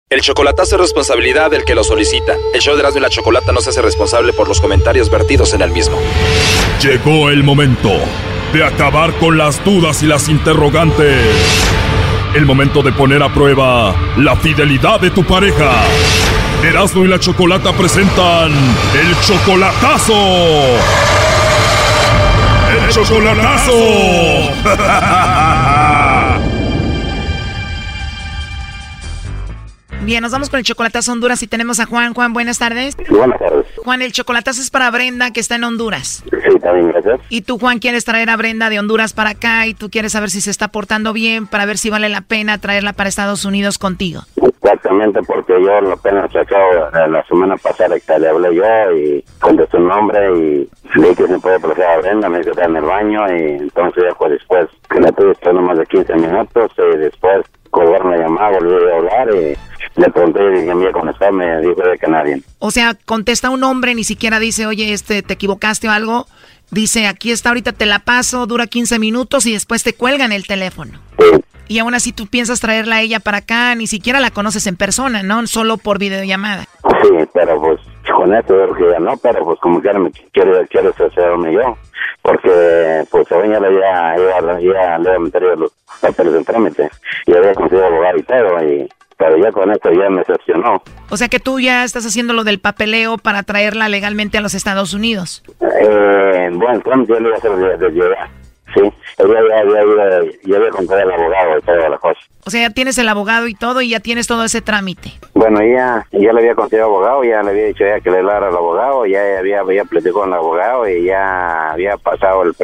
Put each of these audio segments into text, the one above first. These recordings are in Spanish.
El chocolatazo es responsabilidad del que lo solicita. El show de Erasmo y la Chocolata no se hace responsable por los comentarios vertidos en el mismo. Llegó el momento de acabar con las dudas y las interrogantes. El momento de poner a prueba la fidelidad de tu pareja. Erasmo y la Chocolata presentan el chocolatazo. ¡El chocolatazo! Bien, nos vamos con el chocolatazo a Honduras y tenemos a Juan. Juan, buenas tardes. Buenas tardes. Juan, el chocolatazo es para Brenda, que está en Honduras. Sí, también, gracias. Y tú, Juan, quieres traer a Brenda de Honduras para acá y tú quieres saber si se está portando bien, para ver si vale la pena traerla para Estados Unidos contigo. Exactamente, porque yo apenas acabo la semana pasada que le hablé yo y contesté un nombre y le dije que se puede proceder a Brenda, me dijo que está en el baño y entonces ya pues después que la tuve esperando más de 15 minutos y después colgaron la llamada, volví a hablar y le pregunté y dije, mira, ¿cómo está? Me dijo de que nadie. O sea, contesta un hombre, ni siquiera dice, oye, te equivocaste o algo. Dice, aquí está, ahorita te la paso, dura 15 minutos y después te cuelgan el teléfono. Sí. Y aún así tú piensas traerla a ella para acá, ni siquiera la conoces en persona, ¿no? Solo por videollamada. Sí, pero pues con esto que ya no, pero pues como quiera me quiero asociarme yo. Porque pues a ella le había metido los papeles en trámite y había conseguido abogado y todo, pero ya con esto ya me decepcionó. O sea que tú ya estás haciendo lo del papeleo para traerla legalmente a los Estados Unidos. Bueno, el trámite yo le iba a hacer de llegar. Sí, ya había comprado el abogado y toda la cosa. O sea, ya tienes el abogado y todo y ya tienes todo ese trámite. Bueno, ya le había conseguido abogado, ya le había dicho ya que le hablara al abogado, ya había platicado con el abogado y ya había pasado lo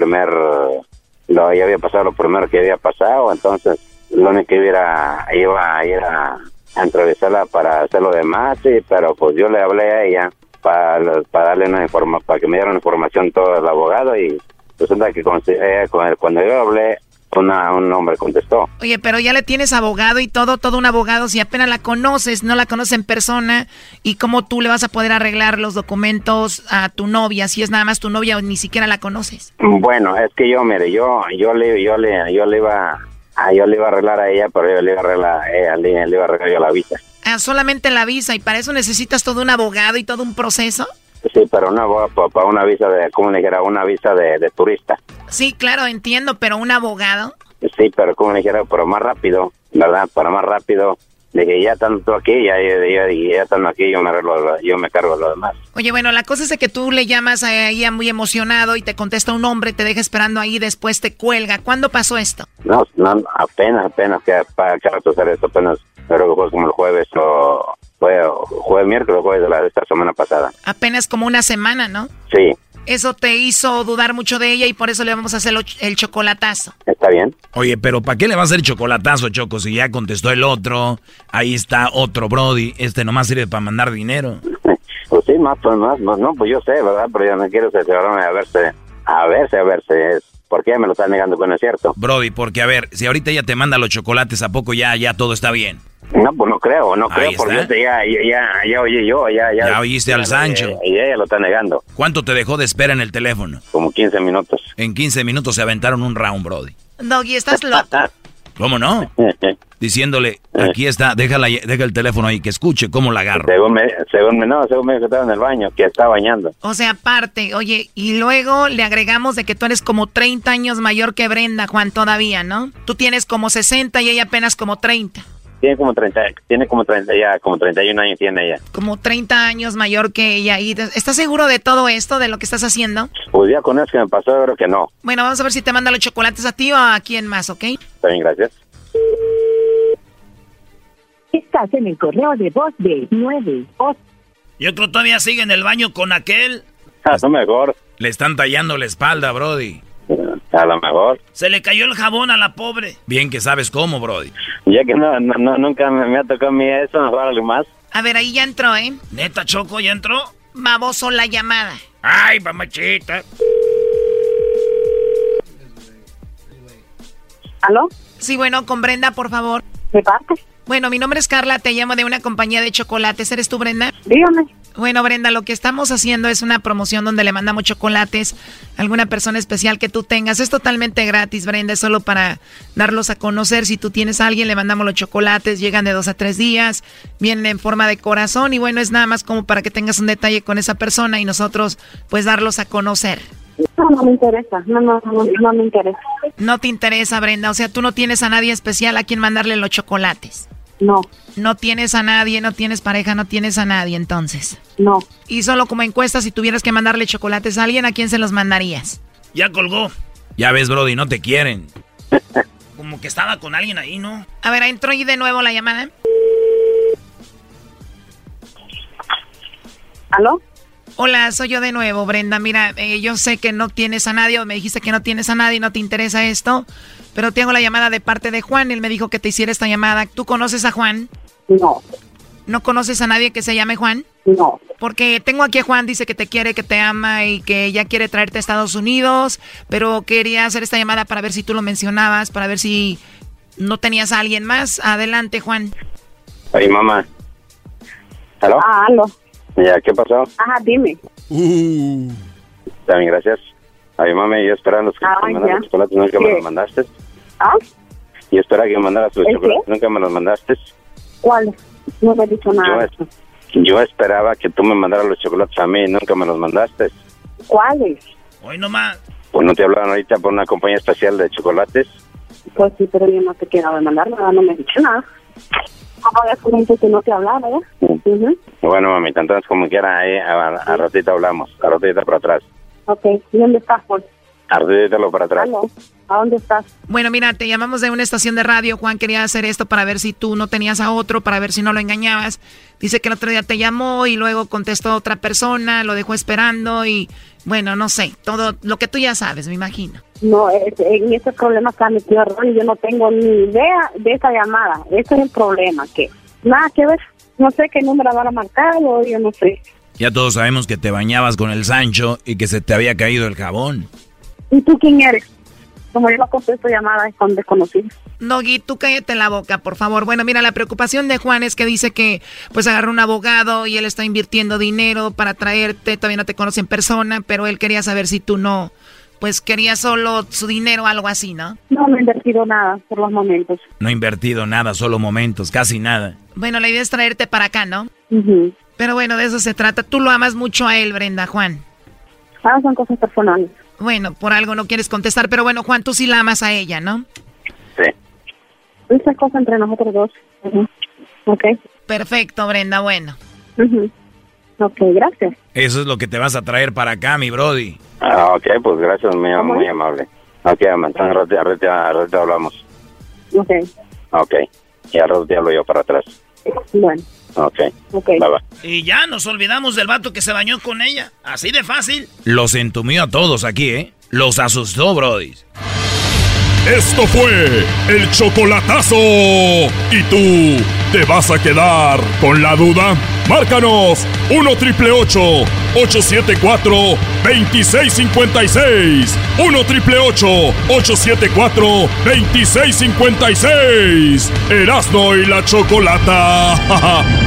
primero que había pasado, entonces lo único que iba a ir a entrevistarla para hacer lo demás, sí, pero pues yo le hablé a ella para darle para que me diera una información todo el abogado y resulta que cuando yo hablé, un hombre contestó. Oye, pero ya le tienes abogado y todo un abogado, si apenas la conoces, no la conoces en persona, ¿y cómo tú le vas a poder arreglar los documentos a tu novia si es nada más tu novia o ni siquiera la conoces? Bueno, es que yo le iba a arreglar a ella, pero yo le iba a arreglar yo la visa. Ah, solamente la visa, y para eso necesitas todo un abogado y todo un proceso. Sí, pero para una visa una visa de turista. Sí, claro, entiendo, pero un abogado. Sí, pero pero más rápido, ¿verdad? Para más rápido. Dije, ya tanto aquí, ya estando aquí, yo me cargo de lo demás. Oye, bueno, la cosa es de que tú le llamas a ella muy emocionado y te contesta un hombre, te deja esperando ahí, después te cuelga. ¿Cuándo pasó esto? No, apenas que para hacer esto, apenas, creo que fue como el jueves o... Fue miércoles, jueves de esta semana pasada. Apenas como una semana, ¿no? Sí. Eso te hizo dudar mucho de ella y por eso le vamos a hacer el chocolatazo. ¿Está bien? Oye, pero ¿para qué le va a hacer chocolatazo, Choco? Si ya contestó el otro, ahí está otro Brody, nomás sirve para mandar dinero. Pues sí, no, pues yo sé, ¿verdad? Pero yo no quiero cerciorarme a verse, ¿por qué me lo están negando que no es cierto? Brody, porque a ver, si ahorita ella te manda los chocolates, ¿a poco ya todo está bien? No, pues no creo, porque ya oí yo, ya oíste al Sancho. Y ella lo está negando. ¿Cuánto te dejó de espera en el teléfono? Como 15 minutos. En 15 minutos se aventaron un round, Brody. Doggy, estás loco. ¿Cómo no? Diciéndole, aquí está, deja el teléfono ahí, que escuche cómo la agarro. Según me dijo que estaba en el baño, que estaba bañando. O sea, aparte, oye, y luego le agregamos de que tú eres como 30 años mayor que Brenda, Juan, todavía, ¿no? Tú tienes como 60 y ella apenas como 30. Tiene como 31 años tiene ella. Como 30 años mayor que ella. ¿Y estás seguro de todo esto, de lo que estás haciendo? Pues ya con eso que me pasó, yo creo que no. Bueno, vamos a ver si te manda los chocolates a ti o a quién más, ¿ok? Está bien, gracias. Estás en el correo de voz de 98. ¿Y otro todavía sigue en el baño con aquel? A lo mejor. Le están tallando la espalda, Brody. A lo mejor. Se le cayó el jabón a la pobre. Bien que sabes cómo, Brody. Ya que nunca me ha tocado a mí eso, mejor algo más. A ver, ahí ya entró, ¿eh? ¿Neta, Choco, ya entró? Baboso la llamada. Ay, mamachita. ¿Aló? Sí, bueno, con Brenda, por favor. ¿De parte? Bueno, mi nombre es Carla, te llamo de una compañía de chocolates. ¿Eres tú, Brenda? Dígame. Bueno, Brenda, lo que estamos haciendo es una promoción donde le mandamos chocolates a alguna persona especial que tú tengas. Es totalmente gratis, Brenda, es solo para darlos a conocer. Si tú tienes a alguien, le mandamos los chocolates, llegan de 2 a 3 días, vienen en forma de corazón y bueno, es nada más como para que tengas un detalle con esa persona y nosotros pues darlos a conocer. No me interesa, no me interesa. No te interesa, Brenda, o sea, tú no tienes a nadie especial a quien mandarle los chocolates. No. No tienes a nadie, no tienes pareja, no tienes a nadie, entonces. No. Y solo como encuesta, si tuvieras que mandarle chocolates a alguien, ¿a quién se los mandarías? Ya colgó. Ya ves, Brody, no te quieren. Como que estaba con alguien ahí, ¿no? A ver, entró ahí de nuevo la llamada. ¿Aló? Hola, soy yo de nuevo, Brenda. Mira, yo sé que no tienes a nadie, o me dijiste que no tienes a nadie, no te interesa esto, pero tengo la llamada de parte de Juan. Él me dijo que te hiciera esta llamada. ¿Tú conoces a Juan? No. ¿No conoces a nadie que se llame Juan? No. Porque tengo aquí a Juan, dice que te quiere, que te ama y que ya quiere traerte a Estados Unidos, pero quería hacer esta llamada para ver si tú lo mencionabas, para ver si no tenías a alguien más. Adelante, Juan. Oye, mamá. ¿Aló? Aló. Ya, ¿qué pasó? Ajá, dime. También, gracias. Oye, mami, yo esperaba los ya. chocolates, nunca me los mandaste. ¿Ah? Yo esperaba que me mandaras los ¿El chocolates, qué? nunca me los mandaste. ¿Cuál? No me he dicho nada. Yo esperaba que tú me mandaras los chocolates a mí, nunca me los mandaste. ¿Cuáles? Hoy nomás. Pues no te hablaban ahorita por una compañía especial de chocolates. Pues sí, pero yo no te quiero demandar nada, no me he dicho nada. Papá ya comenté que no te hablaba, ¿ya? Uh-huh. Bueno, mami, entonces como quiera, a ratito hablamos, a ratito para atrás. Ok, ¿y dónde estás, pues? A ratito para atrás. ¿Aló? ¿A dónde estás? Bueno, mira, te llamamos de una estación de radio. Juan quería hacer esto para ver si tú no tenías a otro, para ver si no lo engañabas. Dice que el otro día te llamó y luego contestó otra persona, lo dejó esperando y, bueno, no sé, todo lo que tú ya sabes, me imagino. No, en ese problema está metido error y yo no tengo ni idea de esa llamada. Ese es el problema, que nada que ver. No sé qué número habrá marcado, yo no sé. Ya todos sabemos que te bañabas con el Sancho y que se te había caído el jabón. ¿Y tú quién eres? Como yo no contesto llamadas con desconocidos. Doggy, tú cállate la boca, por favor. Bueno, mira, la preocupación de Juan es que dice que pues agarró un abogado y él está invirtiendo dinero para traerte. Todavía no te conoce en persona, pero él quería saber si tú no, pues querías solo su dinero o algo así, ¿no? No he invertido nada por los momentos. No he invertido nada, solo momentos, casi nada. Bueno, la idea es traerte para acá, ¿no? Uh-huh. Pero bueno, de eso se trata. Tú lo amas mucho a él, Brenda, Juan. Ah, son cosas personales. Bueno, por algo no quieres contestar, pero bueno, Juan, tú sí la amas a ella, ¿no? Sí. Esa es cosa entre nosotros dos. Uh-huh. Ok. Perfecto, Brenda, bueno. Uh-huh. Ok, gracias. Eso es lo que te vas a traer para acá, mi brody. Ok, pues gracias, muy amable. Ok, entonces a ratito hablamos. Ok. Ok, y al rato te hablo yo para atrás. Bueno. Ok, okay. Bye, bye. Y ya nos olvidamos del vato que se bañó con ella. Así de fácil. Los entumió a todos aquí, ¿eh? Los asustó, brody. Esto fue el chocolatazo. ¿Y tú te vas a quedar con la duda? Márcanos 1-888-874-2656. 1-888-874-2656. Erasmo y la Chocolata.